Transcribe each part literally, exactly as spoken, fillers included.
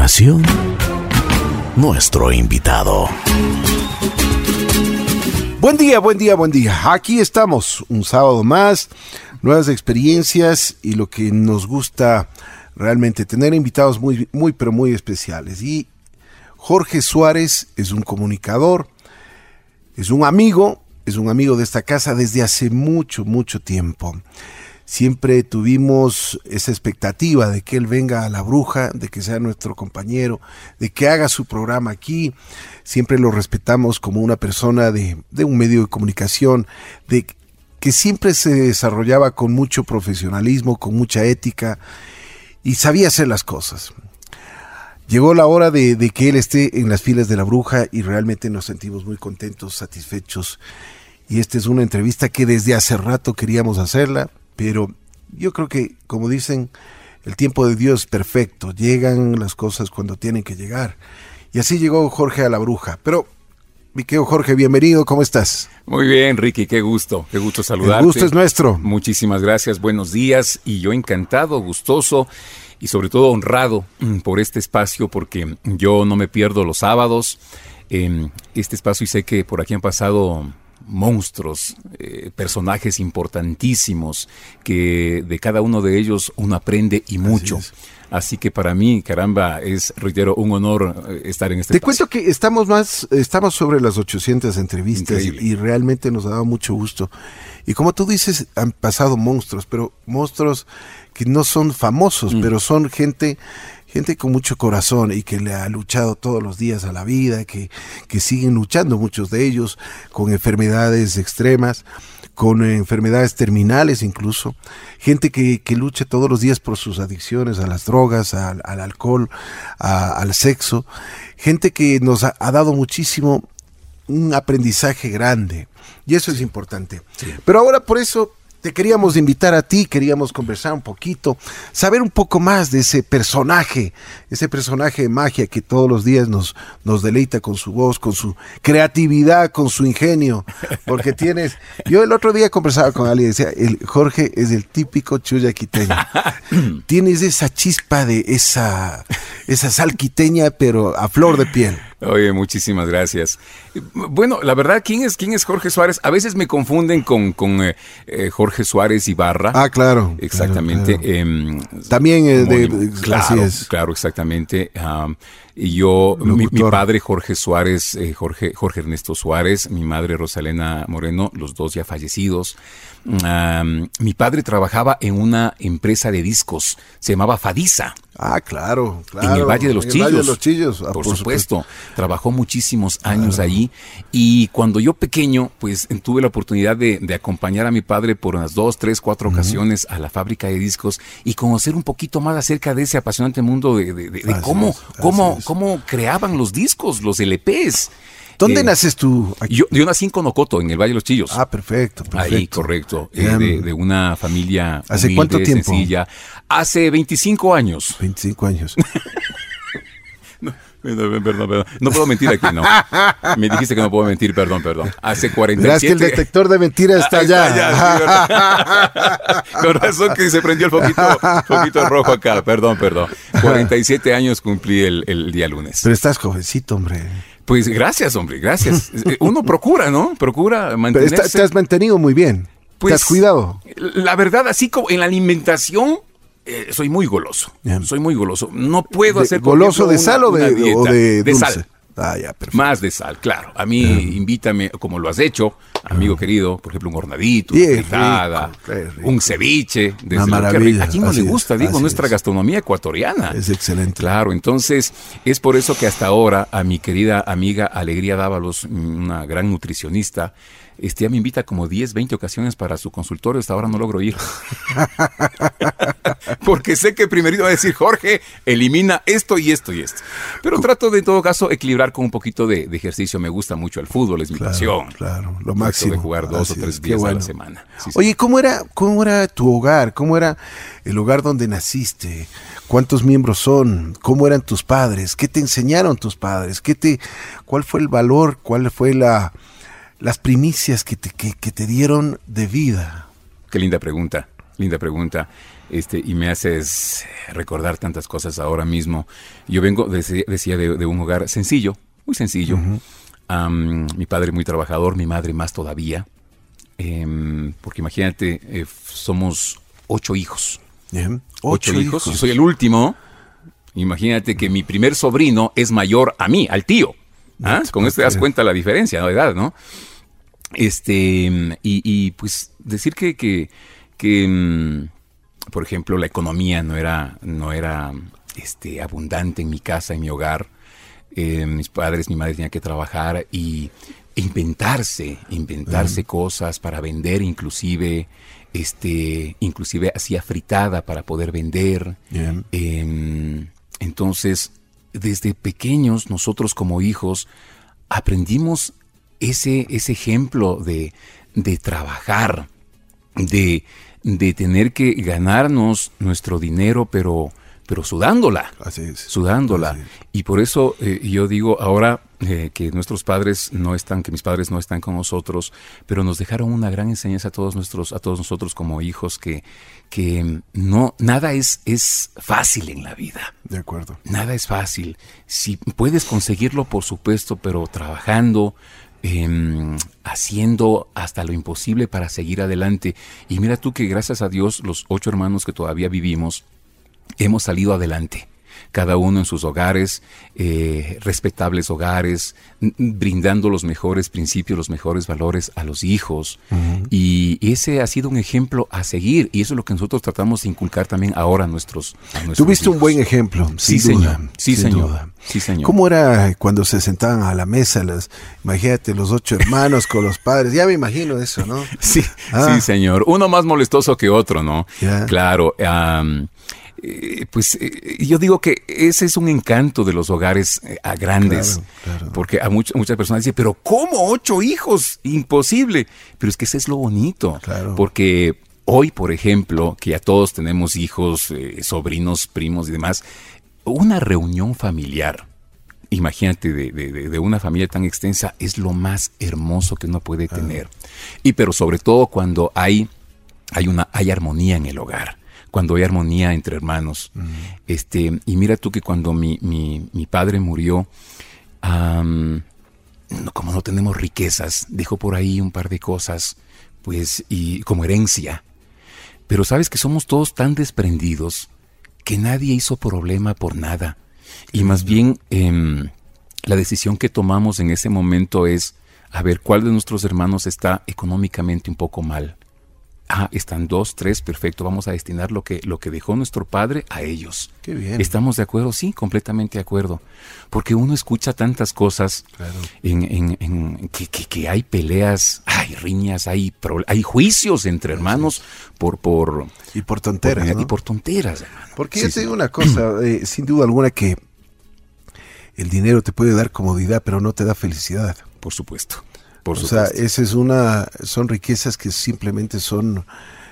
continuación, nuestro invitado. Buen día, buen día, buen día. Aquí estamos, un sábado más, nuevas experiencias y lo que nos gusta realmente, tener invitados muy, muy, pero muy especiales. Y Jorge Suárez es un comunicador, es un amigo, es un amigo de esta casa desde hace mucho, mucho tiempo. Siempre tuvimos esa expectativa de que él venga a La Bruja, de que sea nuestro compañero, de que haga su programa aquí. Siempre lo respetamos como una persona de, de un medio de comunicación, de que siempre se desarrollaba con mucho profesionalismo, con mucha ética y sabía hacer las cosas. Llegó la hora de, de que él esté en las filas de La Bruja y realmente nos sentimos muy contentos, satisfechos. Y esta es una entrevista que desde hace rato queríamos hacerla. Pero yo creo que, como dicen, el tiempo de Dios es perfecto. Llegan las cosas cuando tienen que llegar. Y así llegó Jorge a La Bruja. Pero, mi querido Jorge, bienvenido, ¿cómo estás? Muy bien, Ricky, qué gusto, qué gusto saludarte. El gusto es nuestro. Muchísimas gracias, buenos días. Y yo encantado, gustoso y sobre todo honrado por este espacio, porque yo no me pierdo los sábados. Eh, este espacio, y sé que por aquí han pasado monstruos, eh, personajes importantísimos, que de cada uno de ellos uno aprende y mucho. Así, Así que para mí, caramba, es, reitero, un honor estar en este Te espacio. cuento que estamos más, estamos sobre las ochocientas entrevistas y, y realmente nos ha dado mucho gusto. Y como tú dices, han pasado monstruos, pero monstruos que no son famosos, mm. pero son gente... Gente con mucho corazón y que le ha luchado todos los días a la vida, que, que siguen luchando muchos de ellos con enfermedades extremas, con enfermedades terminales incluso. Gente que, que lucha todos los días por sus adicciones a las drogas, al, al alcohol, a, al sexo. Gente que nos ha, ha dado muchísimo, un aprendizaje grande. Y eso es importante. Sí. Pero ahora por eso... te queríamos invitar a ti, queríamos conversar un poquito, saber un poco más de ese personaje, ese personaje de magia que todos los días nos, nos deleita con su voz, con su creatividad, con su ingenio, porque tienes, yo el otro día conversaba con alguien y decía, el Jorge es el típico chulla quiteño, tienes esa chispa de esa, esa sal quiteña, pero a flor de piel. Oye, muchísimas gracias. Bueno, la verdad, ¿quién es quién es Jorge Suárez? A veces me confunden con, con eh, eh, Jorge Suárez Ibarra. Ah, claro. Exactamente. Claro, claro. Eh, También eh, de, claro, así es. Claro, exactamente. Um, y yo, mi, mi padre Jorge Suárez, eh, Jorge, Jorge Ernesto Suárez, mi madre Rosalena Moreno, los dos ya fallecidos. Um, mi padre trabajaba en una empresa de discos, se llamaba Fadisa. Ah, claro, claro. En el Valle de los en Chillos. El Valle de los Chillos, ah, por, por supuesto. supuesto. Trabajó muchísimos años claro. allí. Y cuando yo pequeño, pues tuve la oportunidad de, de acompañar a mi padre por unas dos, tres, cuatro uh-huh. ocasiones a la fábrica de discos y conocer un poquito más acerca de ese apasionante mundo de, de, de, de cómo, es, cómo, cómo creaban los discos, los L Pes. ¿Dónde eh, naces tú? Aquí? Yo, yo nací en Conocoto, en el Valle de los Chillos. Ah, perfecto, perfecto. Ahí, correcto. Eh, de, de una familia ¿Hace humilde, cuánto tiempo? Sencilla. Hace veinticinco años. veinticinco años. no, perdón, perdón, perdón. No puedo mentir aquí, no. Me dijiste que no puedo mentir, perdón, perdón. Hace cuarenta y siete... Verás que el detector de mentiras está allá. allá sí, con razón que se prendió el foquito, foquito rojo acá. Perdón, perdón. cuarenta y siete años cumplí el, el día lunes. Pero estás jovencito, hombre. Pues gracias, hombre, gracias. Uno procura, ¿no? Procura mantenerse. Pero está, te has mantenido muy bien. Pues, ¿te has cuidado? La verdad, así como en la alimentación, eh, soy muy goloso. Yeah. Soy muy goloso. No puedo de, hacer... ¿Goloso de sal o de, o de, de dulce? sal. Ah, ya, perfecto. Más de sal, claro. A mí, yeah. invítame, como lo has hecho, amigo yeah. querido, por ejemplo, un hornadito, yeah, una fritada, un ceviche. Una maravilla. ¿A quién no le gusta? Es, digo, nuestra es. gastronomía ecuatoriana. Es excelente. Claro, entonces, es por eso que hasta ahora a mi querida amiga Alegría Dávalos, una gran nutricionista, Este, ya me invita como diez, veinte ocasiones para su consultorio, hasta ahora no logro ir. Porque sé que primerito va a decir, Jorge, elimina esto y esto y esto. Pero trato de, en todo caso, equilibrar con un poquito de, de ejercicio. Me gusta mucho el fútbol, es mi claro, pasión. Claro, lo máximo. De jugar dos Así o tres es, días bueno. a la semana. Sí, Oye, sí. ¿cómo era, ¿cómo era tu hogar? ¿Cómo era el hogar donde naciste? ¿Cuántos miembros son? ¿Cómo eran tus padres? ¿Qué te enseñaron tus padres? ¿Qué te, ¿Cuál fue el valor? ¿Cuál fue la... las primicias que te, que, que te dieron de vida? Qué linda pregunta, linda pregunta. este, y me haces recordar tantas cosas ahora mismo. Yo vengo, decía, decía de, de un hogar sencillo, muy sencillo. Uh-huh. Um, mi padre muy trabajador, mi madre más todavía. Eh, porque imagínate, eh, somos ocho hijos. Yeah. Ocho, ocho hijos. hijos. Yo soy el último. Imagínate que mi primer sobrino es mayor a mí, al tío. ¿Ah? Con esto te das cuenta la diferencia, ¿no? De edad, ¿no? Este, y, y pues decir que, que, que, por ejemplo, la economía no era, no era este, abundante en mi casa, en mi hogar. Eh, mis padres, mi madre tenía que trabajar y inventarse, inventarse uh-huh. cosas para vender, inclusive, este, inclusive hacía fritada para poder vender. Yeah. Eh, entonces, desde pequeños, nosotros como hijos, aprendimos ese, ese ejemplo de, de trabajar, de, de tener que ganarnos nuestro dinero, pero, pero sudándola. Así es. Sudándola. Así es. Y por eso eh, yo digo ahora eh, que nuestros padres no están, que mis padres no están con nosotros, pero nos dejaron una gran enseñanza a todos nuestros, a todos nosotros como hijos, que, que no, nada es, es fácil en la vida. De acuerdo. Nada es fácil. Si puedes conseguirlo, por supuesto, pero trabajando, eh, haciendo hasta lo imposible para seguir adelante. Y mira tú que gracias a Dios, los ocho hermanos que todavía vivimos, hemos salido adelante. Cada uno en sus hogares, eh, respetables hogares, n- brindando los mejores principios, los mejores valores a los hijos. Uh-huh. Y ese ha sido un ejemplo a seguir. Y eso es lo que nosotros tratamos de inculcar también ahora a nuestros, a nuestros Tuviste hijos. Un buen ejemplo, sí, sin duda. Señor. Sí, sin señor. Duda. Sí, señor. ¿Cómo era cuando se sentaban a la mesa? Las, imagínate, los ocho hermanos con los padres. Ya me imagino eso, ¿no? Sí, ah. sí, señor. Uno más molestoso que otro, ¿no? Yeah. Claro. Um, Eh, pues eh, yo digo que ese es un encanto de los hogares eh, a grandes, claro, claro. Porque a much- muchas personas dicen, pero ¿cómo ocho hijos? Imposible. Pero es que ese es lo bonito, claro. Porque hoy, por ejemplo, que ya todos tenemos hijos, eh, sobrinos, primos y demás, una reunión familiar, imagínate, de, de, de una familia tan extensa, es lo más hermoso que uno puede tener. Ah. Y pero sobre todo cuando hay, hay, una, hay armonía en el hogar. Cuando hay armonía entre hermanos. Uh-huh. Este, y mira tú que cuando mi, mi, mi padre murió, um, no, como no tenemos riquezas, dejó por ahí un par de cosas, pues, y como herencia. Pero sabes que somos todos tan desprendidos que nadie hizo problema por nada. Y uh-huh. más bien, eh, la decisión que tomamos en ese momento es, a ver, ¿cuál de nuestros hermanos está económicamente un poco mal? Ah, están dos, tres, perfecto. Vamos a destinar lo que, lo que dejó nuestro padre a ellos. Qué bien. ¿Estamos de acuerdo? Sí, completamente de acuerdo. Porque uno escucha tantas cosas, claro. en, en, en que, que, que hay peleas, hay riñas, hay, pro, hay juicios entre hermanos sí. por, por... Y por tonteras, por, ¿no? Y por tonteras, hermano. Porque sí, yo te sí. digo una cosa, eh, sin duda alguna que el dinero te puede dar comodidad, pero no te da felicidad. Por supuesto. Por o supuesto. sea, esa es una, son riquezas que simplemente son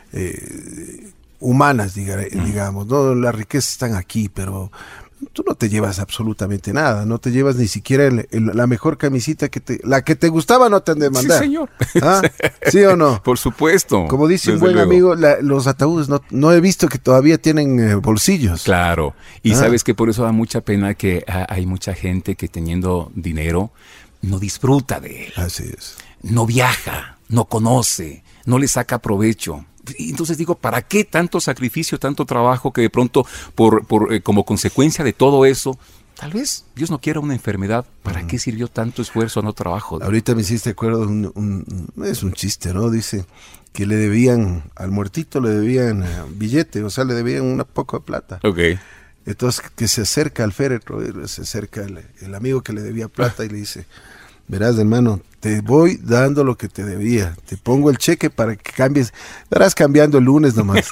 eh, humanas, diga, mm. digamos, no, las riquezas están aquí, pero tú no te llevas absolutamente nada, no te llevas ni siquiera el, el, la mejor camisita que te, la que te gustaba no te han de mandar. Sí, señor. ¿Ah? ¿Sí o no? Por supuesto. Como dice un buen luego. amigo, la, los ataúdes no, no he visto que todavía tienen eh, bolsillos. Claro, y ah. sabes que por eso da mucha pena que ah, hay mucha gente que teniendo dinero no disfruta de él. Así es. No viaja, no conoce, no le saca provecho. Y entonces digo, ¿para qué tanto sacrificio, tanto trabajo que de pronto, por, por eh, como consecuencia de todo eso, tal vez Dios no quiera una enfermedad? ¿Para uh-huh. qué sirvió tanto esfuerzo, no trabajo? Ahorita me hiciste acuerdo, un, un, un, es un chiste, ¿no? Dice que le debían, al muertito le debían eh, billete, o sea, le debían una poco de plata. Ok. Entonces que se acerca al féretro, se acerca el, el amigo que le debía plata y le dice, verás, hermano, te voy dando lo que te debía, te pongo el cheque para que cambies, verás cambiando el lunes nomás.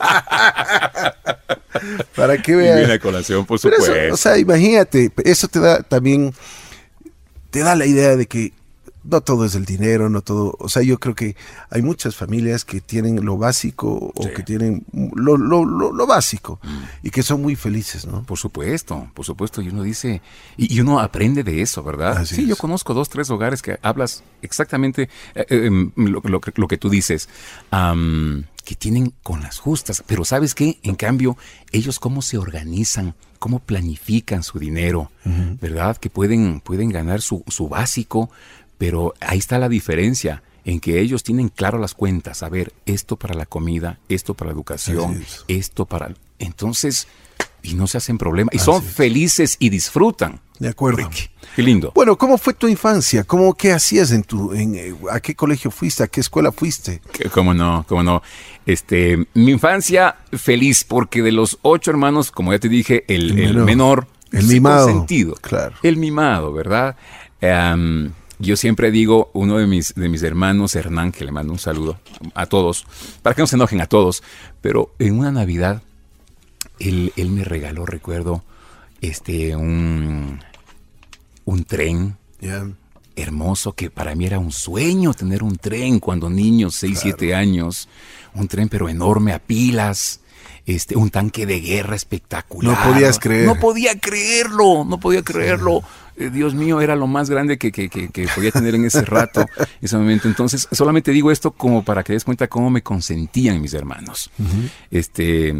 Para que veas. Y viene a colación, por supuesto. Eso, o sea, imagínate, eso te da también, te da la idea de que no todo es el dinero, no todo, o sea, yo creo que hay muchas familias que tienen lo básico o sí. que tienen lo, lo, lo, lo básico mm. y que son muy felices, ¿no? Por supuesto, por supuesto, y uno dice, y, y uno aprende de eso, ¿verdad? Así sí, es. Yo conozco dos, tres hogares que hablas exactamente eh, eh, lo, lo, lo que tú dices, um, que tienen con las justas, pero ¿sabes qué? En cambio, ellos cómo se organizan, cómo planifican su dinero, uh-huh. ¿verdad? Que pueden, pueden ganar su, su básico, pero ahí está la diferencia, en que ellos tienen claro las cuentas. A ver, esto para la comida, esto para la educación, esto para... Entonces, y no se hacen problema. Y Así son es. felices y disfrutan. De acuerdo. Ricky, qué lindo. Bueno, ¿cómo fue tu infancia? ¿Cómo, qué hacías en tu... En, ¿A qué colegio fuiste? ¿A qué escuela fuiste? ¿Cómo no? ¿Cómo no? Este, mi infancia feliz, porque de los ocho hermanos, como ya te dije, el, el, el menor... El mimado. Consentido. Claro. El mimado, ¿verdad? Um, Yo siempre digo, uno de mis, de mis hermanos, Hernán, que le mando un saludo a todos, para que no se enojen a todos, pero en una Navidad, él, él me regaló, recuerdo, este, un, un tren yeah. hermoso, que para mí era un sueño tener un tren cuando niño, seis, siete claro. años, un tren pero enorme a pilas. Este, un tanque de guerra espectacular. No podías creer. No podía creerlo, no podía creerlo. Sí. Eh, Dios mío, era lo más grande que, que, que, que podía tener en ese rato, en ese momento. Entonces, solamente digo esto como para que des cuenta cómo me consentían mis hermanos. Uh-huh. Este,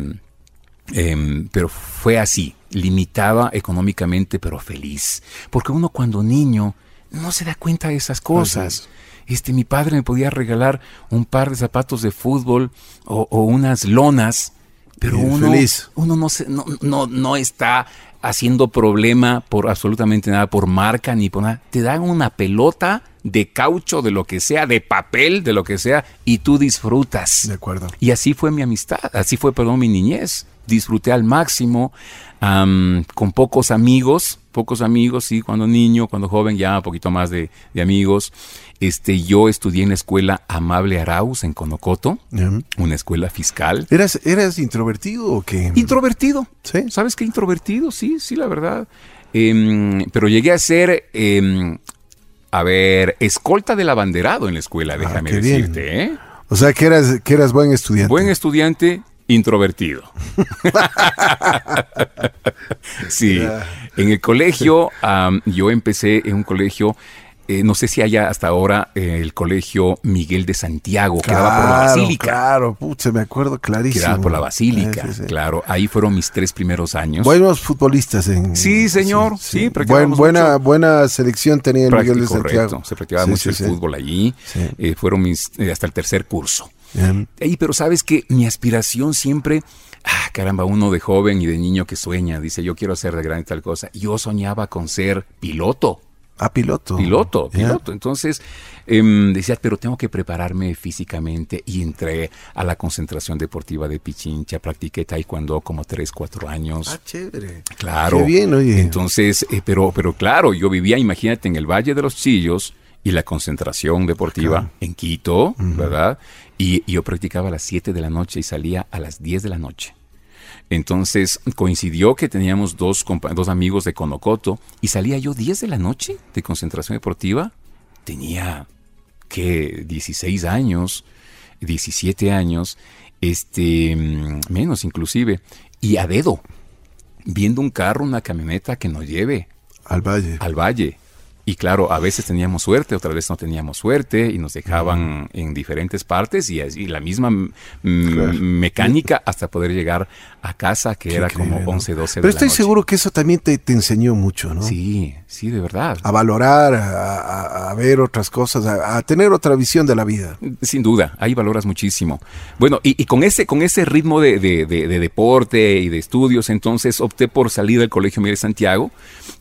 eh, pero fue así, limitada económicamente, pero feliz. Porque uno cuando niño no se da cuenta de esas cosas. Este, mi padre me podía regalar un par de zapatos de fútbol o, o unas lonas. Pero uno, uno no, se, no, no, no está haciendo problema por absolutamente nada, por marca ni por nada. Te dan una pelota de caucho, de lo que sea, de papel, de lo que sea, y tú disfrutas. De acuerdo. Y así fue mi amistad, así fue, perdón, mi niñez. Disfruté al máximo, um, con pocos amigos, pocos amigos, sí, cuando niño, cuando joven, ya un poquito más de, de amigos. Este, yo estudié en la escuela Amable Arauz en Conocoto, uh-huh. una escuela fiscal. ¿Eras, eras introvertido o qué? Introvertido. ¿Sí? ¿Sabes qué? Introvertido, sí, sí, la verdad. Eh, pero llegué a ser, eh, a ver, escolta del abanderado en la escuela, déjame ah, decirte. Bien. ¿eh? O sea, que eras, que eras buen estudiante. Buen estudiante, introvertido. Sí. En el colegio, um, yo empecé en un colegio... Eh, no sé si haya hasta ahora eh, el colegio Miguel de Santiago, claro, que daba por la Basílica. Claro, pucha, me acuerdo clarísimo. Que daba por la Basílica, sí, sí, sí. claro. Ahí fueron mis tres primeros años. Buenos futbolistas. en Sí, señor, sí, sí, sí practicábamos Buen, buena, mucho. Buena selección tenía el Miguel de Santiago. Correcto, se practicaba sí, mucho sí, el sí. fútbol allí. Sí. Eh, fueron mis eh, hasta el tercer curso. Yeah. Ahí, pero sabes que mi aspiración siempre... Ah, caramba, uno de joven y de niño que sueña, dice, yo quiero ser de grande tal cosa. Yo soñaba con ser piloto. Ah, piloto. Piloto, piloto. Yeah. Entonces, eh, decía, pero tengo que prepararme físicamente y entré a la concentración deportiva de Pichincha, practiqué taekwondo como tres, cuatro años. Ah, chévere. Claro. Qué bien, oye. Entonces, eh, pero, pero claro, yo vivía, imagínate, en el Valle de los Chillos y la concentración deportiva okay. en Quito, uh-huh. ¿verdad? Y, y yo practicaba a las siete de la noche y salía a las diez de la noche. Entonces coincidió que teníamos dos, compa- dos amigos de Conocoto y salía yo diez de la noche de concentración deportiva. Tenía, ¿qué? dieciséis años, diecisiete años, este, menos inclusive, y a dedo, viendo un carro, una camioneta que nos lleve al valle. Al valle. Y claro, a veces teníamos suerte, otras veces no teníamos suerte y nos dejaban uh-huh. en diferentes partes y así la misma m- claro. mecánica hasta poder llegar a casa, que Qué era como bien, once, doce de la noche. Pero estoy seguro que eso también te, te enseñó mucho, ¿no? Sí, sí, de verdad. A valorar, a, a, a ver otras cosas, a, a tener otra visión de la vida. Sin duda, ahí valoras muchísimo. Bueno, y, y con ese con ese ritmo de, de, de, de deporte y de estudios, entonces opté por salir del Colegio Miguel de Santiago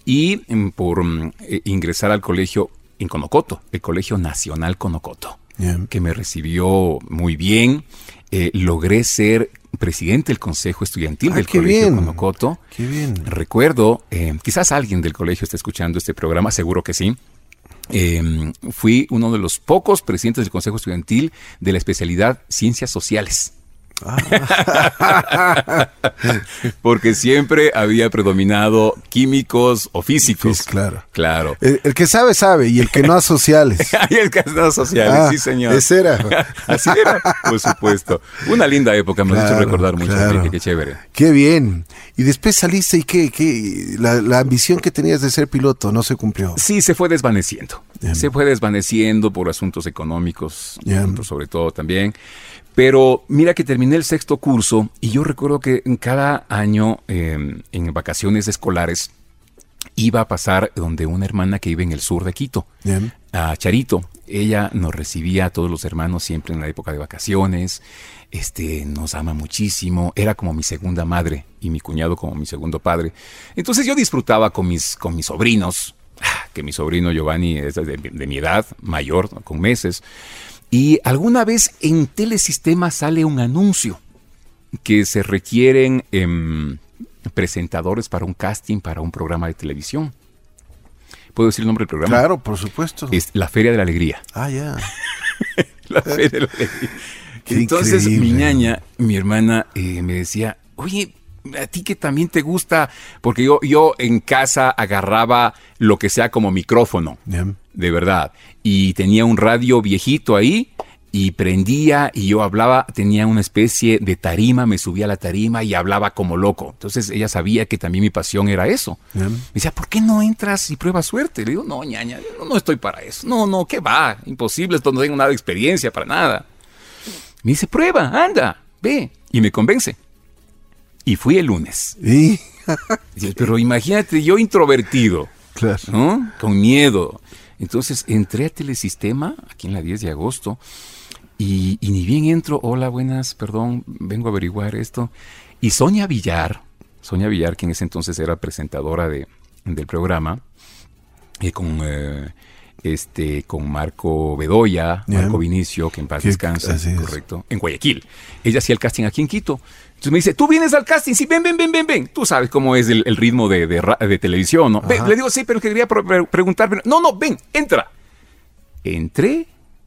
y por eh, ingresar al colegio en Conocoto, el Colegio Nacional Conocoto, yeah. que me recibió muy bien. Eh, logré ser presidente del Consejo Estudiantil ah, del Colegio bien. Conocoto. Qué bien. Recuerdo, eh, quizás alguien del colegio esté escuchando este programa, seguro que sí. Eh, fui uno de los pocos presidentes del Consejo Estudiantil de la especialidad Ciencias Sociales. Ah. Porque siempre había predominado químicos o físicos. Sí, claro. Claro. El, el que sabe, sabe, y el que no a sociales. Y el que no a sociales, Ah, sí, señor. ese era. Así era, por supuesto. Una linda época, me has Claro, hecho recordar mucho, claro. Enrique, qué chévere. Qué bien. Y después saliste y qué, qué la, la ambición que tenías de ser piloto no se cumplió. Sí, se fue desvaneciendo. Bien. Se fue desvaneciendo por asuntos económicos, Bien. asuntos sobre todo también. Pero mira que terminé el sexto curso y yo recuerdo que en cada año, eh, en vacaciones escolares, iba a pasar donde una hermana que vive en el sur de Quito, Bien. a Charito. Ella nos recibía a todos los hermanos siempre en la época de vacaciones. Este, nos ama muchísimo. Era como mi segunda madre y mi cuñado como mi segundo padre. Entonces yo disfrutaba con mis, con mis sobrinos, que mi sobrino Giovanni es de, de mi edad, mayor, con meses. Y alguna vez en Telesistema sale un anuncio que se requieren eh, presentadores para un casting, para un programa de televisión. ¿Puedo decir el nombre del programa? Claro, por supuesto. Es La Feria de la Alegría. Ah, ya. La Feria de la Alegría. Qué Entonces increíble. mi ñaña, mi hermana, eh, me decía, oye, a ti que también te gusta, porque yo, yo en casa agarraba lo que sea como micrófono, Bien. de verdad, y tenía un radio viejito ahí, y prendía, y yo hablaba, tenía una especie de tarima, me subía a la tarima y hablaba como loco. Entonces ella sabía que también mi pasión era eso. Bien. Me decía, ¿por qué no entras y pruebas suerte? Le digo, no, ñaña, yo no estoy para eso. No, no, ¿qué va? Imposible, esto no tengo nada de experiencia, para nada. Me dice, prueba, anda, ve. Y me convence. Y fui el lunes. Y, Dice, pero imagínate, yo introvertido, claro. ¿no? Con miedo. Entonces entré a Telesistema, aquí en la diez de agosto, y, y ni bien entro, hola, buenas, perdón, vengo a averiguar esto. Y Sonia Villar, Sonia Villar, que en ese entonces era presentadora de, del programa, eh, con, eh, este, con Marco Bedoya, Yeah. Marco Vinicio, que en paz Que- descanse, así es. correcto, en Guayaquil. Ella hacía el casting aquí en Quito. Entonces me dice, ¿tú vienes al casting? Sí, ven, ven, ven, ven, ven. Tú sabes cómo es el, el ritmo de, de, ra- de televisión, ¿no? Ven, Ajá. le digo, sí, pero quería pre- pre- preguntar. No, no, ven, entra. Entré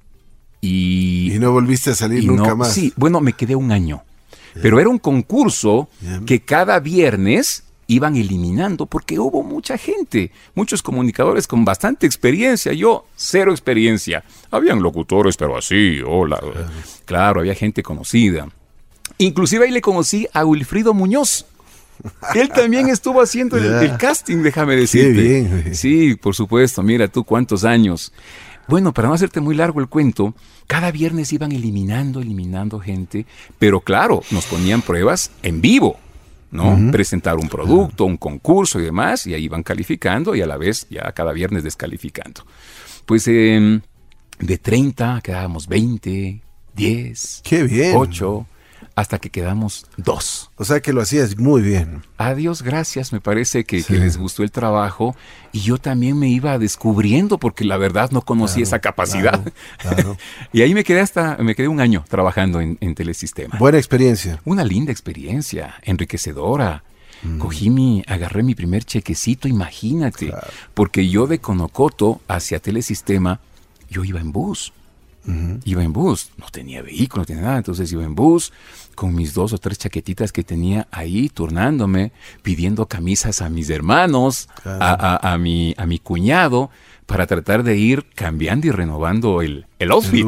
y... Y no volviste a salir y nunca no- más. Sí, bueno, me quedé un año. Pero era un concurso Bien. que cada viernes iban eliminando porque hubo mucha gente, muchos comunicadores con bastante experiencia. Yo, cero experiencia. Habían locutores, pero así, hola. Claro, claro había gente conocida. Inclusive ahí le conocí a Wilfrido Muñoz. Él también estuvo haciendo el, Ya. el casting, déjame decirte. Qué bien, güey. Sí, por supuesto. Mira tú cuántos años. Bueno, para no hacerte muy largo el cuento, cada viernes iban eliminando, eliminando gente, pero claro, nos ponían pruebas en vivo, ¿no? Uh-huh. Presentar un producto, un concurso y demás, y ahí iban calificando y a la vez ya cada viernes descalificando. Pues eh, de treinta quedábamos veinte, diez, Qué bien. ocho, hasta que quedamos dos. O sea que lo hacías muy bien. Adiós, gracias, me parece que, Sí. que les gustó el trabajo y yo también me iba descubriendo porque la verdad no conocía Claro, esa capacidad. claro, claro. Y ahí me quedé hasta, me quedé un año trabajando en, en Telesistema. Buena experiencia. Una linda experiencia, enriquecedora. Mm. Cogí mi, agarré mi primer chequecito, imagínate, Claro. porque yo de Conocoto hacia Telesistema, yo iba en bus. Uh-huh. Iba en bus, no tenía vehículo, no tenía nada, entonces iba en bus con mis dos o tres chaquetitas que tenía ahí turnándome, pidiendo camisas a mis hermanos, Claro. a, a, a, mi, a mi cuñado, para tratar de ir cambiando y renovando el, el outfit.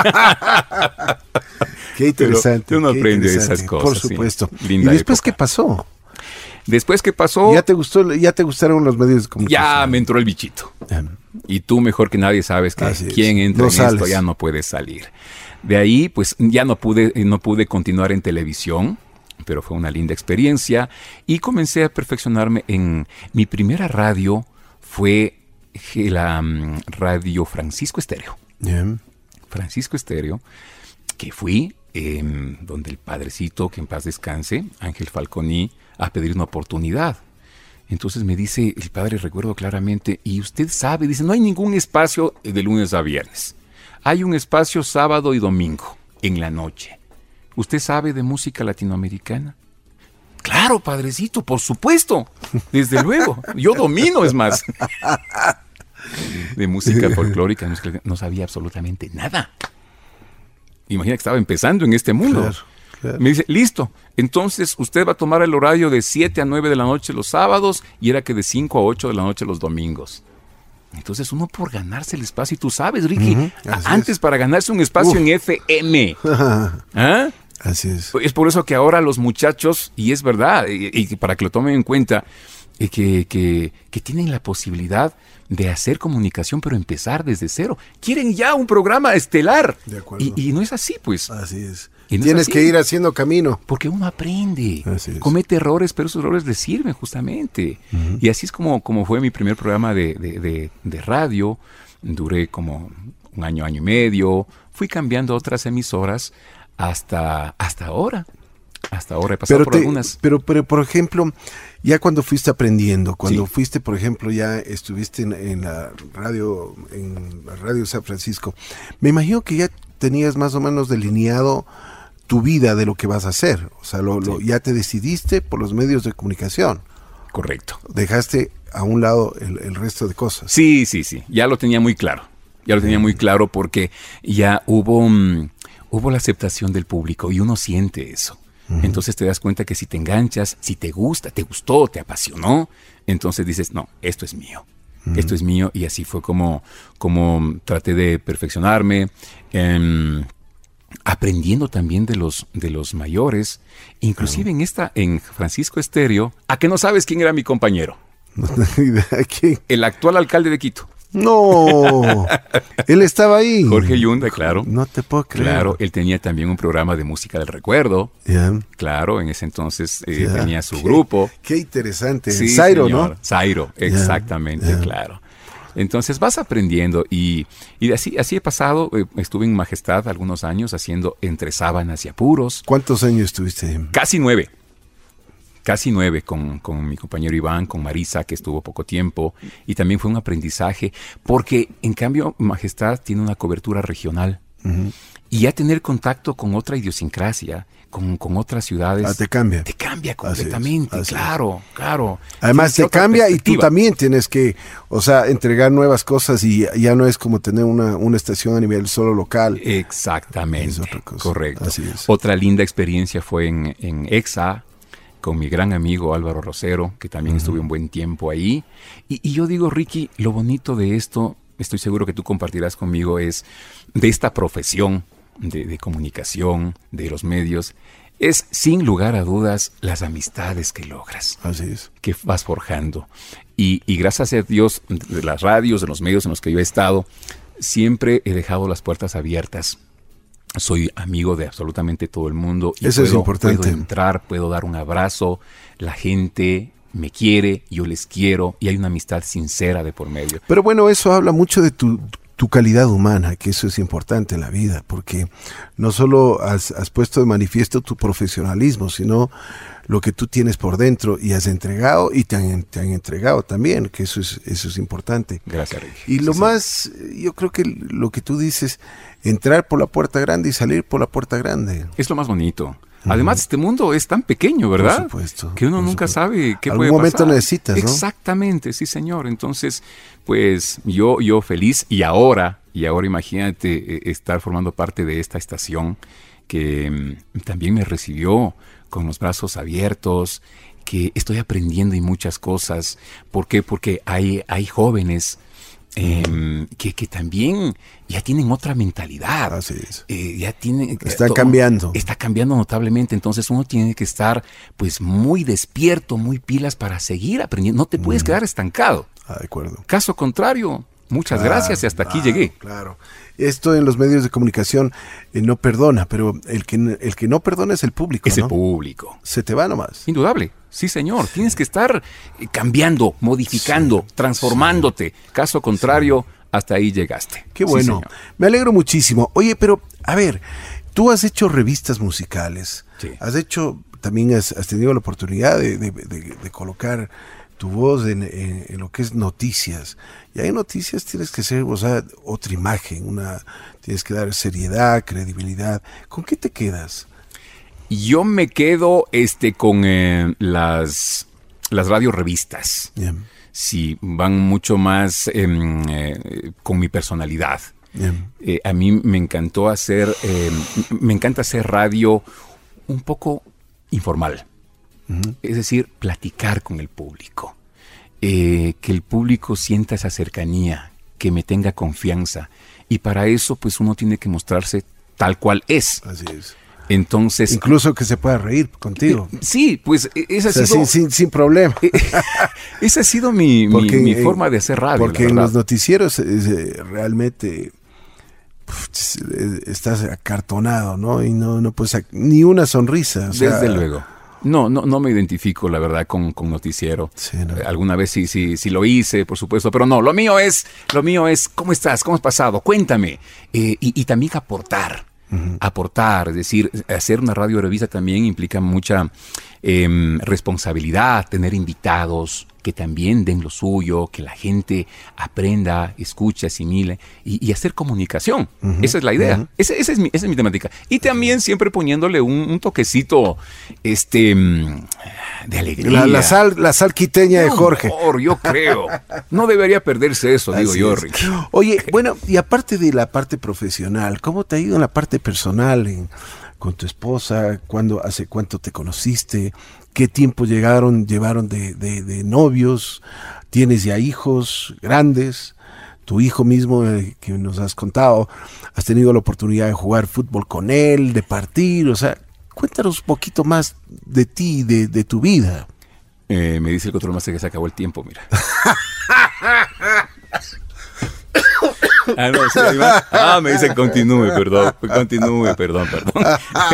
Qué interesante. Pero uno qué aprende interesante, esas cosas. Por supuesto. Sí. Linda ¿Y después época. qué pasó? Después que pasó, ¿Ya te gustó, ya te gustaron los medios de comunicación? ya me entró el bichito. Ya. Y tú mejor que nadie sabes que Así es. quien entra No en sales. esto ya no puede salir. De ahí, pues ya no pude, no pude continuar en televisión, pero fue una linda experiencia. Y comencé a perfeccionarme en mi primera radio, fue la um, radio Francisco Estéreo. Bien. Francisco Estéreo, que fui eh, donde el padrecito, que en paz descanse, Ángel Falconi, a pedir una oportunidad. Entonces me dice el padre, recuerdo claramente, y usted sabe, dice, no hay ningún espacio de lunes a viernes. Hay un espacio sábado y domingo, en la noche. ¿Usted sabe de música latinoamericana? Claro, padrecito, por supuesto. Desde luego. Yo domino, es más. De música folclórica, música, no sabía absolutamente nada. Imagina que estaba empezando en este mundo. Claro, Yeah. Me dice, listo, entonces usted va a tomar el horario de siete a nueve de la noche los sábados y era que de cinco a ocho de la noche los domingos. Entonces uno por ganarse el espacio, y tú sabes, Ricky, Uh-huh, antes es. para ganarse un espacio Uf. en F M. ¿Ah? Así es. Es por eso que ahora los muchachos, y es verdad, y, y para que lo tomen en cuenta, eh, que, que, que tienen la posibilidad de hacer comunicación, pero empezar desde cero. Quieren ya un programa estelar. De acuerdo. Y, y no es así, pues. Así es. Y no es Tienes así. que ir haciendo camino. Porque uno aprende, Así es. comete errores, pero esos errores le sirven justamente. Uh-huh. Y así es como, como fue mi primer programa de, de, de, de radio. Duré como un año, año y medio. Fui cambiando a otras emisoras hasta, hasta ahora. Hasta ahora he pasado Pero, por te- algunas. pero, pero, por ejemplo, ya cuando fuiste aprendiendo, cuando Sí. fuiste, por ejemplo, ya estuviste en, en la radio, en la radio San Francisco, me imagino que ya tenías más o menos delineado tu vida de lo que vas a hacer. O sea, lo, lo- Sí. ya te decidiste por los medios de comunicación. Correcto. Dejaste a un lado el, el resto de cosas. Sí, sí, sí. Ya lo tenía muy claro. Ya lo tenía muy claro porque ya hubo, mm, hubo la aceptación del público y uno siente eso. Entonces te das cuenta que si te enganchas, si te gusta, te gustó, te apasionó, entonces dices, no, esto es mío. Esto es mío. Y así fue como, como traté de perfeccionarme, em, aprendiendo también de los, de los mayores. Inclusive en esta, en Francisco Estéreo, ¿a que no sabes quién era mi compañero? No tengo idea de quién. El actual alcalde de Quito. No, él estaba ahí. Jorge Yunda, claro. No te puedo creer. Claro, él tenía también un programa de música del recuerdo. Ya. Claro, en ese entonces eh, Ya. tenía su Qué- grupo. Qué interesante. Sí, Zairo, señor. ¿no? Zairo, exactamente, ya. claro. Entonces vas aprendiendo y, y así, así he pasado. eh, estuve en Majestad algunos años haciendo Entre Sábanas y Apuros. ¿Cuántos años estuviste ahí? Casi nueve. Casi nueve con, con mi compañero Iván, con Marisa, que estuvo poco tiempo. Y también fue un aprendizaje, porque en cambio Majestad tiene una cobertura regional. Ujú. Y ya tener contacto con otra idiosincrasia, con, con otras ciudades, Ah, te cambia. te cambia Así es, completamente. así es. Claro, claro. Además Tienes te otra cambia y tú perspectiva. también tienes que, o sea, entregar nuevas cosas y ya no es como tener una, una estación a nivel solo local. Exactamente. Es otra cosa. Correcto. Así es. Otra linda experiencia fue en, en EXA, con mi gran amigo Álvaro Rosero, que también estuve un buen tiempo ahí. Y, y yo digo, Ricky, lo bonito de esto, estoy seguro que tú compartirás conmigo, es de esta profesión de, de comunicación, de los medios, es sin lugar a dudas las amistades que logras, Así es. que vas forjando. Y, y gracias a Dios, de las radios, de los medios en los que yo he estado, siempre he dejado las puertas abiertas. Soy amigo de absolutamente todo el mundo. Y Eso puedo, es importante. Puedo entrar, puedo dar un abrazo. La gente me quiere, yo les quiero y hay una amistad sincera de por medio. Pero bueno, eso habla mucho de tu, tu calidad humana, que eso es importante en la vida, porque no solo has, has puesto de manifiesto tu profesionalismo, sino lo que tú tienes por dentro y has entregado y te han, te han entregado también, que eso es, eso es importante. Gracias, Ricky. Y lo Sí, sí. más, yo creo que lo que tú dices, entrar por la puerta grande y salir por la puerta grande. Es lo más bonito. Además, este mundo es tan pequeño, ¿verdad? Por supuesto, Que uno por nunca supuesto. sabe qué Algún puede momento pasar. necesitas, ¿no? Exactamente, sí, señor. Entonces, pues yo, yo feliz. Y ahora, y ahora imagínate eh, estar formando parte de esta estación que mm, también me recibió con los brazos abiertos, que estoy aprendiendo y muchas cosas. ¿Por qué? Porque hay, hay jóvenes eh, que, que también ya tienen otra mentalidad. Así es. Eh, ya tienen, Están todo- cambiando. Está cambiando notablemente, entonces uno tiene que estar pues muy despierto, muy pilas para seguir aprendiendo. No te puedes quedar estancado. Ah, de acuerdo. Caso contrario, muchas Claro, gracias y hasta aquí claro, llegué. Claro. Esto en los medios de comunicación eh, no perdona, pero el que, el que no perdona es el público, Es el ¿no? público. Se te va nomás. Indudable. Sí, señor. Tienes que estar eh, cambiando, modificando, transformándote. Caso contrario, hasta ahí llegaste. Qué Sí, bueno. señor. Me alegro muchísimo. Oye, pero, a ver, tú has hecho revistas musicales. Sí. Has hecho, también has, has tenido la oportunidad de, de- de- de colocar tu voz en, en- en lo que es noticias. Y hay noticias, tienes que ser, o sea, otra imagen, una, tienes que dar seriedad, credibilidad. ¿Con qué te quedas? Yo me quedo este, con eh, las, las radiorevistas. Bien, Sí, van mucho más em, eh, con mi personalidad. bien. Eh, a mí me encantó hacer, eh, me encanta hacer radio un poco informal. Uh-huh. Es decir, platicar con el público. Eh, que el público sienta esa cercanía, que me tenga confianza. Y para eso, pues uno tiene que mostrarse tal cual es. Así es. Entonces, incluso que se pueda reír contigo. Eh, sí, pues esa o sea, ha sido... Sin, sin, sin problema. Eh, esa ha sido mi, porque, mi, mi eh, forma de hacer radio. Porque en los noticieros eh, realmente pff, estás acartonado, ¿no? Y no, no puedes... Ni una sonrisa. O sea, desde luego. No, no, no me identifico, la verdad, con, con noticiero. Sí, no. eh, alguna vez sí, sí, sí lo hice, por supuesto, pero no, lo mío es, lo mío es, ¿cómo estás? ¿Cómo has pasado? Cuéntame. Eh, y, y también aportar, uh-huh. aportar, es decir, hacer una radio revista también implica mucha eh, responsabilidad, tener invitados que también den lo suyo, que la gente aprenda, escuche, asimile y, y hacer comunicación. Uh-huh. Esa es la idea. Uh-huh. Esa, esa, es mi, esa es mi temática. Y también siempre poniéndole un, un toquecito este, de alegría. La, la, sal, la sal quiteña no, de Jorge. Por, yo creo. No debería perderse eso, digo yo, Rick. Oye, bueno, y aparte de la parte profesional, ¿cómo te ha ido en la parte personal en, con tu esposa? ¿Cuándo, hace cuánto te conociste? ¿Qué tiempo llegaron, llevaron de, de, de novios? ¿Tienes ya hijos grandes? Tu hijo mismo, eh, que nos has contado, has tenido la oportunidad de jugar fútbol con él, de partir, o sea, cuéntanos un poquito más de ti, de, de tu vida. Eh, me dice el control master que se acabó el tiempo, mira. Ah, no, sí, ah, me dice continúe, perdón, continúe, perdón, perdón.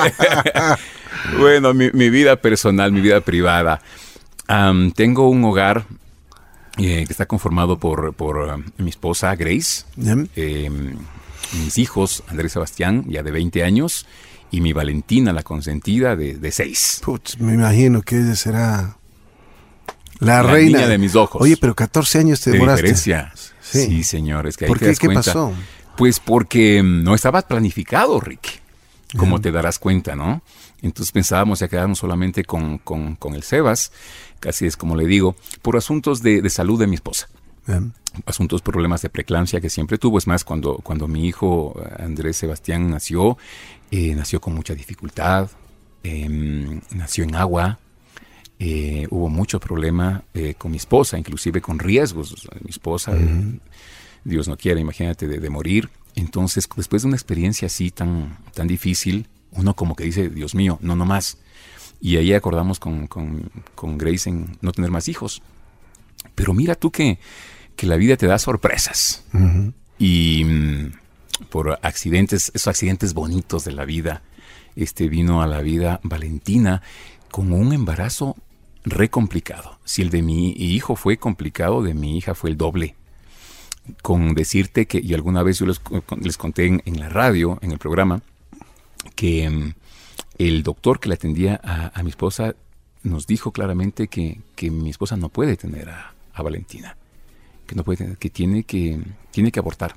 Bueno, mi, mi vida personal, mi vida privada. Um, tengo un hogar eh, que está conformado por, por uh, mi esposa Grace, ¿Bien? eh, mis hijos Andrés Sebastián, ya de veinte años, y mi Valentina, la consentida, de, de seis. Putz, me imagino que ella será la, la reina niña de mis ojos. Oye, pero catorce años te de demoraste. diferencia. Sí. sí, señor. Es que ahí ¿Por te qué? das ¿Qué cuenta. pasó? Pues porque no estaba planificado, Rick, como uh-huh. te darás cuenta, ¿no? Entonces pensábamos ya quedarnos solamente con, con, con el Sebas, casi es como le digo, por asuntos de, de salud de mi esposa. Uh-huh. Asuntos, problemas de preeclampsia que siempre tuvo. Es más, cuando, cuando mi hijo Andrés Sebastián nació, eh, nació con mucha dificultad, eh, nació en agua. Eh, hubo mucho problema eh, con mi esposa, inclusive con riesgos. Mi esposa, uh-huh. eh, Dios no quiera, imagínate, de, de morir. Entonces, después de una experiencia así tan, tan difícil, uno como que dice, Dios mío, no, no más. Y ahí acordamos con, con, con Grace en no tener más hijos. Pero mira tú que, que la vida te da sorpresas. Uh-huh. Y mm, por accidentes, esos accidentes bonitos de la vida, este vino a la vida Valentina con un embarazo re complicado. Si el de mi hijo fue complicado, de mi hija fue el doble. Con decirte que, y alguna vez yo les, les conté en, en la radio, en el programa, que um, el doctor que le atendía a, a mi esposa nos dijo claramente que, que mi esposa no puede tener a, a Valentina, que no puede tener, que tiene que, tiene que abortar.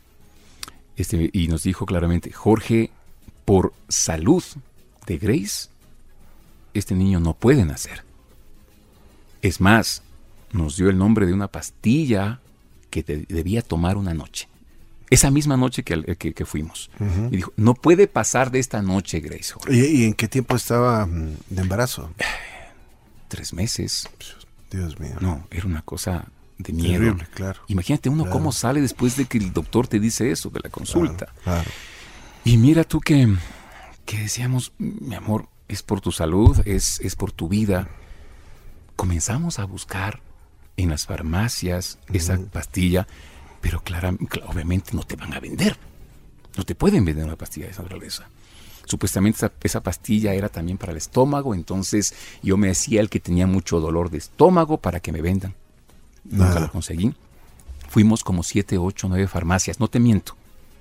Este, y nos dijo claramente, Jorge, por salud de Grace, este niño no puede nacer. Es más, nos dio el nombre de una pastilla que te debía tomar una noche. Esa misma noche que, que, que fuimos. Uh-huh. Y dijo, no puede pasar de esta noche, Grace. ¿Y, ¿Y en qué tiempo estaba de embarazo? Tres meses. Dios mío. No, era una cosa de miedo. Terrible, claro. Imagínate uno claro. cómo sale después de que el doctor te dice eso, de la consulta. Claro, claro. Y mira tú que, que decíamos, mi amor, es por tu salud, es, es por tu vida. Comenzamos a buscar en las farmacias esa uh-huh. pastilla, pero clara, obviamente no te van a vender. No te pueden vender una pastilla de esa naturaleza. Supuestamente esa, esa pastilla era también para el estómago, entonces yo me decía el que tenía mucho dolor de estómago para que me vendan. Nunca Nada. Lo conseguí. Fuimos como siete, ocho, nueve farmacias, no te miento.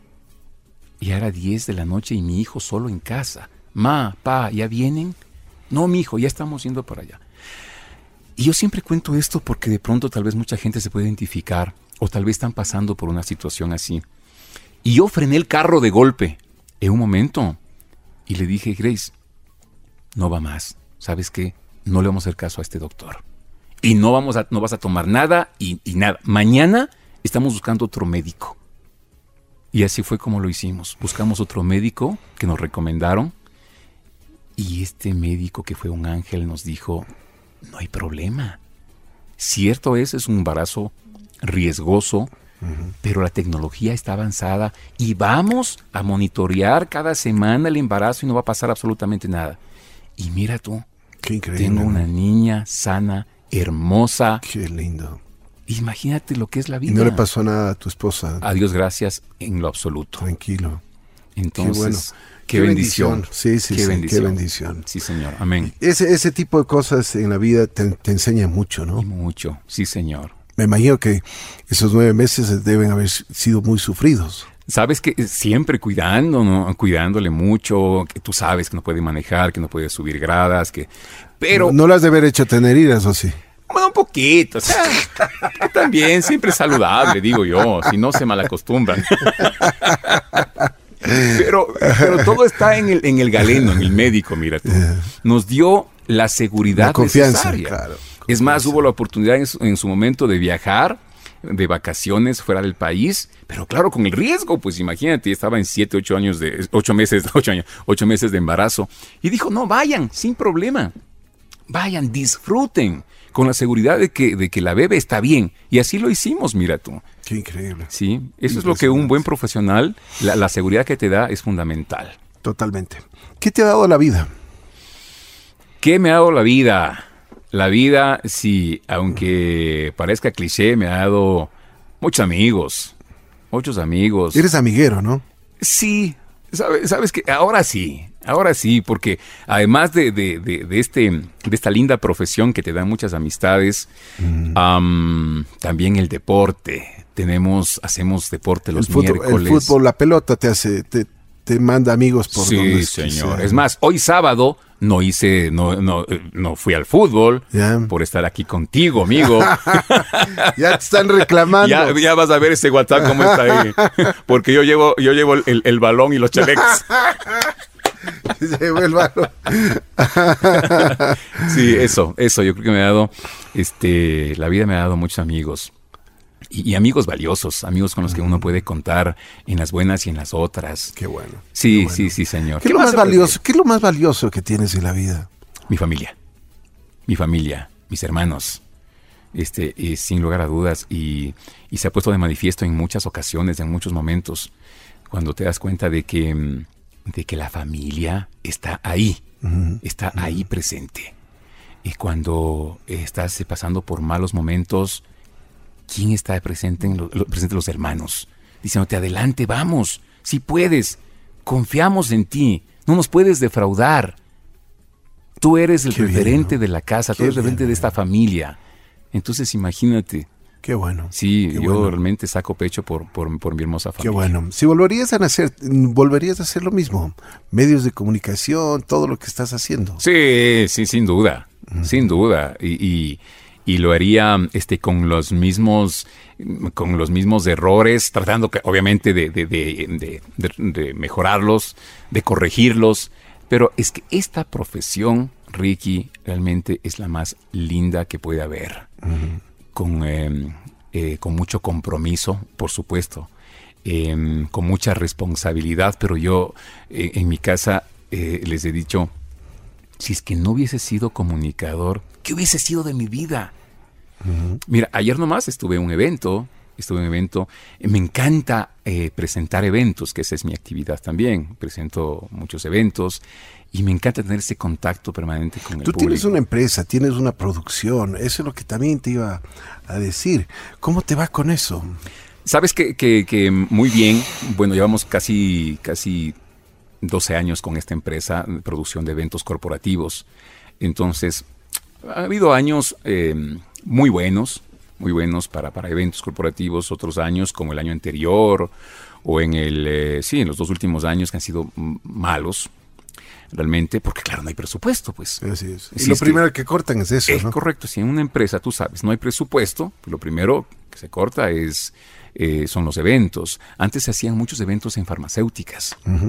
Y era diez de la noche y mi hijo solo en casa. Ma, pa, ¿ya vienen? No, mi hijo, ya estamos yendo para allá. Y yo siempre cuento esto porque de pronto tal vez mucha gente se puede identificar o tal vez están pasando por una situación así. Y yo frené el carro de golpe en un momento y le dije, Grace, no va más. ¿Sabes qué? No le vamos a hacer caso a este doctor. Y no, vamos a, no vas a tomar nada y, y nada. Mañana estamos buscando otro médico. Y así fue como lo hicimos. Buscamos otro médico que nos recomendaron. Y este médico, que fue un ángel, nos dijo, no hay problema. Cierto es, es un embarazo riesgoso, uh-huh. pero la tecnología está avanzada y vamos a monitorear cada semana el embarazo y no va a pasar absolutamente nada. Y mira tú, qué increíble, tengo una niña sana, hermosa. Qué lindo. Imagínate lo que es la vida. Y no le pasó nada a tu esposa. A Dios gracias en lo absoluto. Tranquilo. Entonces, qué, bueno. qué, qué bendición. bendición. Sí, sí, qué sí, bendición. qué bendición. Sí, Señor. Amén. Ese, ese tipo de cosas en la vida te, te enseña mucho, ¿no? Y mucho, sí, Señor. Me imagino que esos nueve meses deben haber sido muy sufridos. Sabes que siempre cuidando, ¿no? Cuidándole mucho, que tú sabes que no puede manejar, que no puede subir gradas, que... Pero... No, no las de haber hecho tener iras, ¿o sí? Bueno, un poquito, o sea, también siempre es saludable, digo yo, si no se malacostumbran. Pero, pero todo está en el, en el galeno, en el médico, mira tú. Nos dio la seguridad la confianza, necesaria. Claro, es más, hubo la oportunidad en su, en su momento de viajar, de vacaciones fuera del país, pero claro, con el riesgo, pues imagínate, estaba en siete, ocho años de, ocho meses, ocho años, ocho meses de embarazo. Y dijo, no, vayan, sin problema. Vayan, disfruten, con la seguridad de que, de que la bebé está bien. Y así lo hicimos, mira tú. Qué increíble. Sí, eso es lo que un buen profesional, la, la seguridad que te da es fundamental. Totalmente. ¿Qué te ha dado la vida? ¿Qué me ha dado la vida? La vida, sí, aunque parezca cliché, me ha dado muchos amigos, muchos amigos. Eres amiguero, ¿no? Sí, sabes, sabes que ahora sí, ahora sí, porque además de, de, de, de, este, de esta linda profesión que te da muchas amistades, mm. um, también el deporte. Tenemos, hacemos deporte los el fútbol, miércoles. El fútbol, la pelota te hace, te, te manda amigos por sí, donde señor. Es más, hoy sábado no hice, no, no, no fui al fútbol yeah. por estar aquí contigo, amigo. Ya te están reclamando. Ya, ya vas a ver ese WhatsApp cómo está ahí. Porque yo llevo, yo llevo el, el balón y los chalecos. Llevo el balón. Sí, eso, eso. Yo creo que me ha dado, este, la vida me ha dado muchos amigos. Y, y amigos valiosos, amigos con los que uno puede contar en las buenas y en las otras. Qué bueno. Sí, qué bueno. sí, sí, señor. ¿Qué, ¿Qué, lo más valioso, ¿Qué es lo más valioso que tienes en la vida? Mi familia. Mi familia, mis hermanos. Este, y sin lugar a dudas. Y, y se ha puesto de manifiesto en muchas ocasiones, en muchos momentos, cuando te das cuenta de que, de que la familia está ahí, uh-huh. está uh-huh. ahí presente. Y cuando estás pasando por malos momentos, ¿quién está presente en lo, lo, presente los hermanos? Diciéndote, adelante, vamos, sí puedes, confiamos en ti, no nos puedes defraudar. Tú eres el Qué referente bien, ¿no? de la casa, Qué tú eres el referente bien, de esta familia. Entonces, imagínate. Qué bueno. Sí, Qué yo bueno. realmente saco pecho por, por, por mi hermosa familia. Qué bueno. Si volverías a nacer, volverías a hacer lo mismo. Medios de comunicación, todo lo que estás haciendo. Sí, sí, sin duda, uh-huh. sin duda. Y... y Y lo haría este, con los mismos con los mismos errores, tratando que, obviamente de, de, de, de, de, de mejorarlos, de corregirlos. Pero es que esta profesión, Ricky, realmente es la más linda que puede haber. Uh-huh. Con, eh, eh, con mucho compromiso, por supuesto. Eh, con mucha responsabilidad. Pero yo, eh, en mi casa, eh, les he dicho, si es que no hubiese sido comunicador, ¿qué hubiese sido de mi vida? Uh-huh. Mira, ayer nomás estuve en un evento, estuve en un evento, me encanta eh, presentar eventos, que esa es mi actividad también, presento muchos eventos y me encanta tener ese contacto permanente con el Tú público. Tú tienes una empresa, tienes una producción, eso es lo que también te iba a decir. ¿Cómo te va con eso? Sabes que, que, que muy bien, bueno, llevamos casi, casi doce años con esta empresa de producción de eventos corporativos, entonces ha habido años eh, muy buenos, muy buenos para, para eventos corporativos, otros años como el año anterior o en el, eh, sí, en los dos últimos años que han sido malos, realmente, porque claro, no hay presupuesto, pues. Así es. Y si lo es primero que, que cortan es eso, es ¿no? Correcto, si en una empresa, tú sabes, no hay presupuesto, pues lo primero que se corta es, eh, son los eventos. Antes se hacían muchos eventos en farmacéuticas. Uh-huh.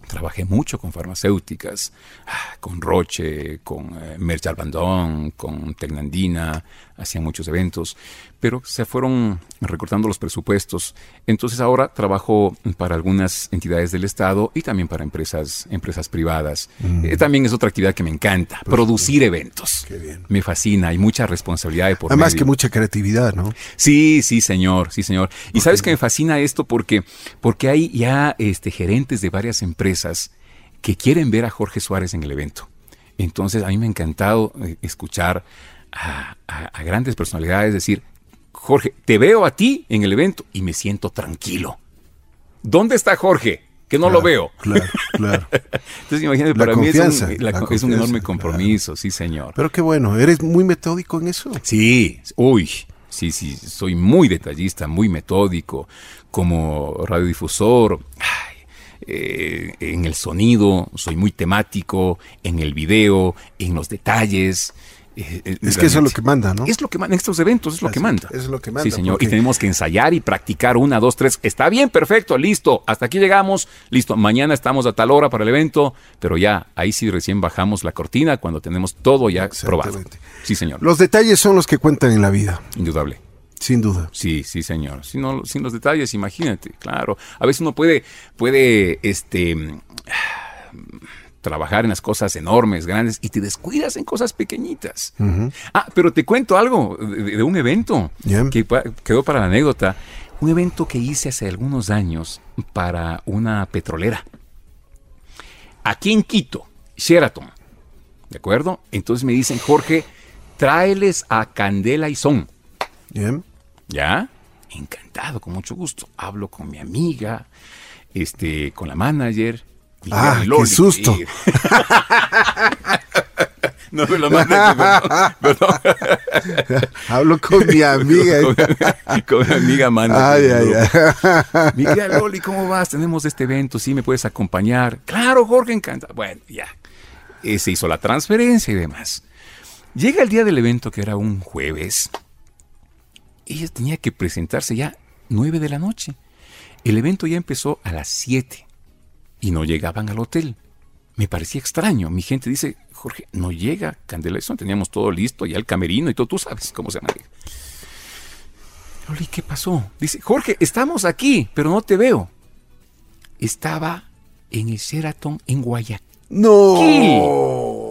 Trabajé mucho con farmacéuticas, con Roche, con eh, Merck Albandón, con Tecnandina, hacían muchos eventos, pero se fueron recortando los presupuestos. Entonces ahora trabajo para algunas entidades del Estado y también para empresas, empresas privadas. Mm. Eh, también es otra actividad que me encanta, pues, producir eventos. Qué bien. Me fascina, hay mucha responsabilidad de por Además medio. que mucha creatividad, ¿no? Sí, sí, señor, sí, señor. Y sabes que me fascina esto porque, porque hay ya este, gerentes de varias empresas que quieren ver a Jorge Suárez en el evento. Entonces, a mí me ha encantado eh, escuchar a, a, a grandes personalidades decir, Jorge, te veo a ti en el evento y me siento tranquilo. ¿Dónde está Jorge? Que no claro, lo veo. Claro, claro. Entonces, imagínate, la para mí es un, la, la es un enorme claro. compromiso, sí, señor. Pero qué bueno, ¿eres muy metódico en eso? Sí, uy, sí, sí, soy muy detallista, muy metódico, como radiodifusor. Ay, Eh, en el sonido, soy muy temático, en el video, en los detalles. Eh, es realmente. Que eso es lo que manda, ¿no? Es lo que manda, en estos eventos es lo Así, que manda. Es lo que manda. Sí, señor, porque... y tenemos que ensayar y practicar una, dos, tres. Está bien, perfecto, listo, hasta aquí llegamos, listo, mañana estamos a tal hora para el evento, pero ya, ahí sí recién bajamos la cortina cuando tenemos todo ya probado. Sí, señor. Los detalles son los que cuentan en la vida. Indudable. Sin duda. Sí, sí, señor. Sin, no, sin los detalles, imagínate, claro. A veces uno puede, puede, este, trabajar en las cosas enormes, grandes, y te descuidas en cosas pequeñitas. Uh-huh. Ah, pero te cuento algo de, de un evento yeah. que quedó para la anécdota. Un evento que hice hace algunos años para una petrolera. Aquí en Quito, Sheraton. ¿De acuerdo? Entonces me dicen, Jorge, tráeles a Candela y Son. Bien. ¿Ya? Encantado, con mucho gusto. Hablo con mi amiga, este, con la manager. Ah, qué susto. No me lo mandes, perdón, perdón. Hablo con mi amiga. con, con mi amiga manager. Ay, ay, ay. Mi querida Loli, ¿cómo vas? Tenemos este evento, ¿sí me puedes acompañar? Claro, Jorge, encanta. Bueno, ya. Eh, se hizo la transferencia y demás. Llega el día del evento, que era un jueves. Ella tenía que presentarse ya nueve de la noche. El evento ya empezó a las siete y no llegaban al hotel. Me parecía extraño. Mi gente dice, Jorge, no llega Candela. Eso teníamos todo listo, ya el camerino y todo. Tú sabes cómo se maneja. Loli, ¿qué pasó? Dice, Jorge, estamos aquí, pero no te veo. Estaba en el Sheraton en Guayaquil. ¡No!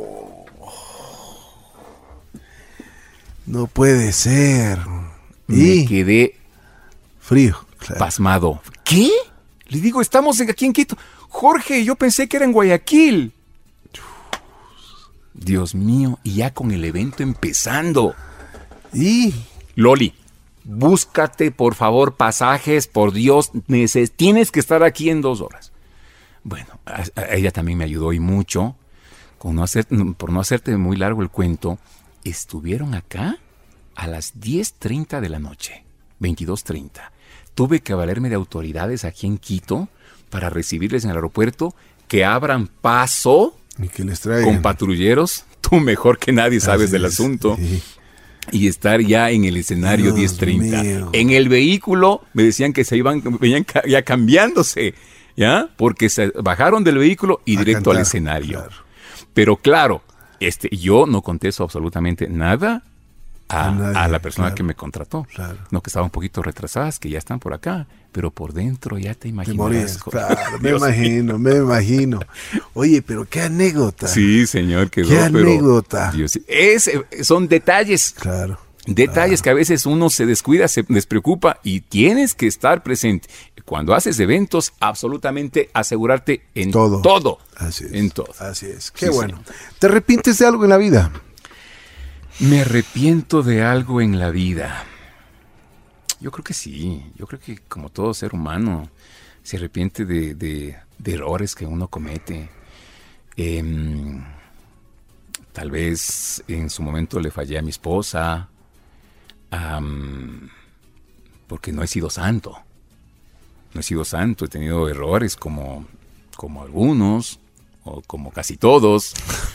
No puede ser. Me y quedé frío, claro. Pasmado. ¿Qué? Le digo, estamos aquí en Quito. Jorge, yo pensé que era en Guayaquil. Dios mío, y ya con el evento empezando. Y Loli, búscate por favor pasajes, por Dios, neces- tienes que estar aquí en dos horas. Bueno, a, a ella también me ayudó y mucho. Con no hacer, por no hacerte muy largo el cuento, estuvieron acá a las diez treinta de la noche, veintidós treinta. Tuve que valerme de autoridades aquí en Quito para recibirles en el aeropuerto, que abran paso y que les traigan con patrulleros. Tú mejor que nadie sabes Así del es, asunto. Sí. Y estar ya en el escenario diez treinta. Mío. En el vehículo me decían que se iban, venían ya cambiándose, ¿ya? Porque se bajaron del vehículo y A directo cantar, al escenario. Claro. Pero claro, este, yo no contesto absolutamente nada a, A nadie, a la persona claro. que me contrató. Claro. No, que estaban un poquito retrasadas, que ya están por acá, pero por dentro ya te Te imaginas. morías, claro, me imagino, me imagino. Oye, pero qué anécdota. Sí, señor, quedó, Qué pero, anécdota. Dios, es, son detalles. Claro. Detalles claro. que a veces uno se descuida, se despreocupa y tienes que estar presente. Cuando haces eventos, absolutamente asegurarte en todo. todo. Así es. En todo. Así es. Qué Sí, bueno. Sí. ¿Te arrepientes de algo en la vida? Me arrepiento de algo en la vida. Yo creo que sí. Yo creo que como todo ser humano se arrepiente de, de, de errores que uno comete. Eh, tal vez en su momento le fallé a mi esposa. Um, porque no he sido santo. No he sido santo. He tenido errores como, como algunos. O como casi todos.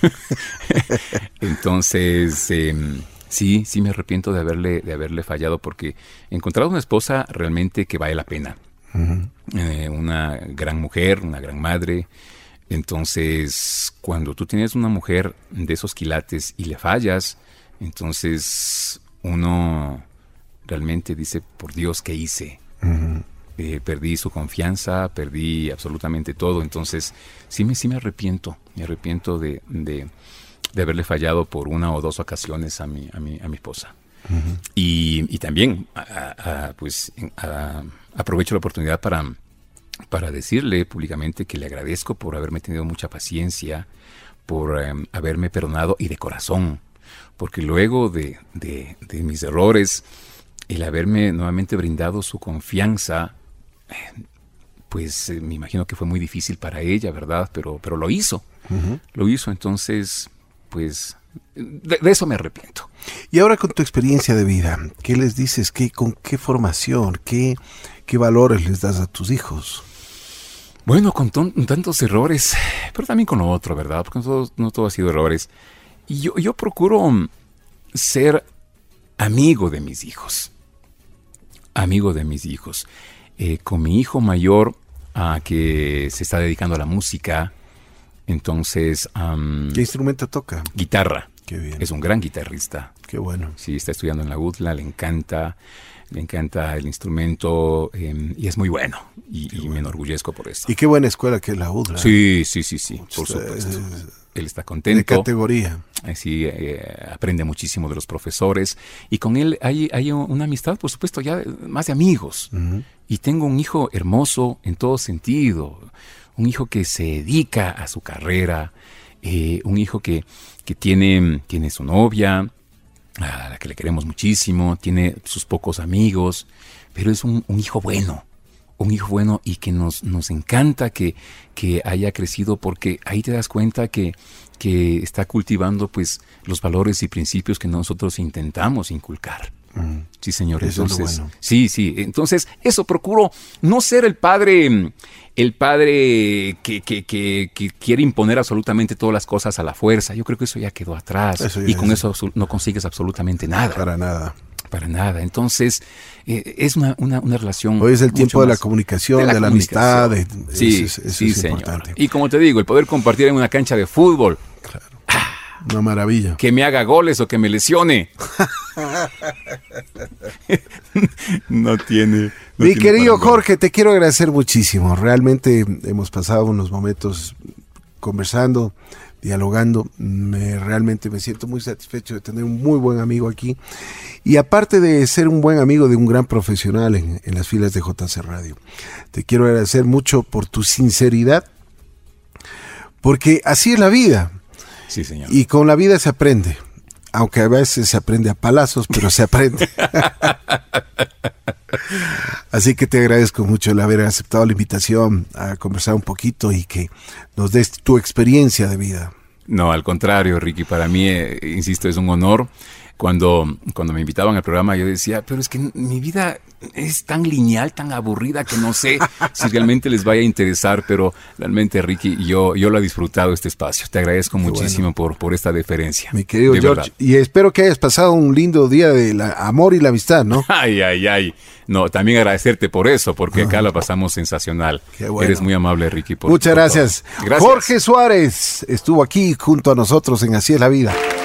Entonces, eh, sí, sí me arrepiento de haberle, de haberle fallado porque he encontrado una esposa realmente que vale la pena. Uh-huh. Eh, una gran mujer, una gran madre, Entonces, cuando tú tienes una mujer de esos quilates y le fallas, entonces uno realmente dice, por Dios, ¿qué hice? Uh-huh. Eh, perdí su confianza, perdí absolutamente todo. Entonces, sí me, sí me arrepiento, me arrepiento de, de, de haberle fallado por una o dos ocasiones a mi, a mi, a mi esposa. Uh-huh. Y, y también, a, a, pues, a, aprovecho la oportunidad para... para decirle públicamente que le agradezco por haberme tenido mucha paciencia, por um, haberme perdonado y de corazón, porque luego de, de, de mis errores, el haberme nuevamente brindado su confianza, eh, pues eh, me imagino que fue muy difícil para ella, ¿verdad? Pero, pero lo hizo, uh-huh. lo hizo, entonces, pues, de, de eso me arrepiento. Y ahora con tu experiencia de vida, ¿qué les dices? ¿Qué, con qué formación? ¿Qué, qué valores les das a tus hijos? Bueno, con ton, tantos errores, pero también con lo otro, ¿verdad? Porque no todo, no todo ha sido errores. Y yo, yo procuro ser amigo de mis hijos. Amigo de mis hijos. Eh, con mi hijo mayor, uh, que se está dedicando a la música, entonces... Um, ¿Qué instrumento toca? Guitarra. Qué bien. Es un gran guitarrista. Qué bueno. Sí, está estudiando en la U D L A, le encanta... Le encanta el instrumento eh, y es muy bueno. Y, y bueno. Me enorgullezco por eso. Y qué buena escuela que es la U D L A. Sí, sí, sí, sí, por supuesto. Es, él está contento. De categoría. Sí, eh, aprende muchísimo de los profesores. Y con él hay, hay una amistad, por supuesto, ya más de amigos. Uh-huh. Y tengo un hijo hermoso en todo sentido. Un hijo que se dedica a su carrera. Eh, un hijo que, que tiene, tiene su novia, a la que le queremos muchísimo, tiene sus pocos amigos, pero es un, un hijo bueno, un hijo bueno y que nos, nos encanta que, que haya crecido, porque ahí te das cuenta que, que está cultivando pues los valores y principios que nosotros intentamos inculcar. Mm. Sí, señor. Eso entonces, es lo bueno. Sí, sí. Entonces, eso procuro no ser el padre, el padre que, que, que, que quiere imponer absolutamente todas las cosas a la fuerza. Yo creo que eso ya quedó atrás. Eso y con es. eso no consigues absolutamente nada. Para nada. Para nada. Entonces, eh, es una, una, una relación. Hoy es el tiempo de la comunicación, de la, de la amistad. De, sí, eso es, eso sí, es señor. Importante. Y como te digo, el poder compartir en una cancha de fútbol. Claro. Una maravilla. Que me haga goles o que me lesione. no tiene... No Mi tiene querido Jorge, te quiero agradecer muchísimo. Realmente hemos pasado unos momentos conversando, dialogando. Me, realmente me siento muy satisfecho de tener un muy buen amigo aquí. Y aparte de ser un buen amigo de un gran profesional en, en las filas de J C Radio, te quiero agradecer mucho por tu sinceridad, porque así es la vida. Sí, señor. Y con la vida se aprende, aunque a veces se aprende a palazos, pero se aprende. Así que te agradezco mucho el haber aceptado la invitación a conversar un poquito y que nos des tu experiencia de vida. No, al contrario, Ricky, para mí, eh, insisto, es un honor. Cuando, cuando me invitaban al programa yo decía, pero es que mi vida es tan lineal, tan aburrida que no sé si realmente les vaya a interesar, pero realmente, Ricky, yo, yo lo he disfrutado este espacio. Te agradezco Qué muchísimo bueno. por, por esta deferencia. Mi querido George, verdad. Y espero que hayas pasado un lindo día de la amor y la amistad, ¿no? Ay, ay, ay. No, también agradecerte por eso, porque acá la pasamos sensacional. Qué bueno. Eres muy amable, Ricky. Por, Muchas por gracias. gracias. Jorge Suárez estuvo aquí junto a nosotros en Así es la Vida.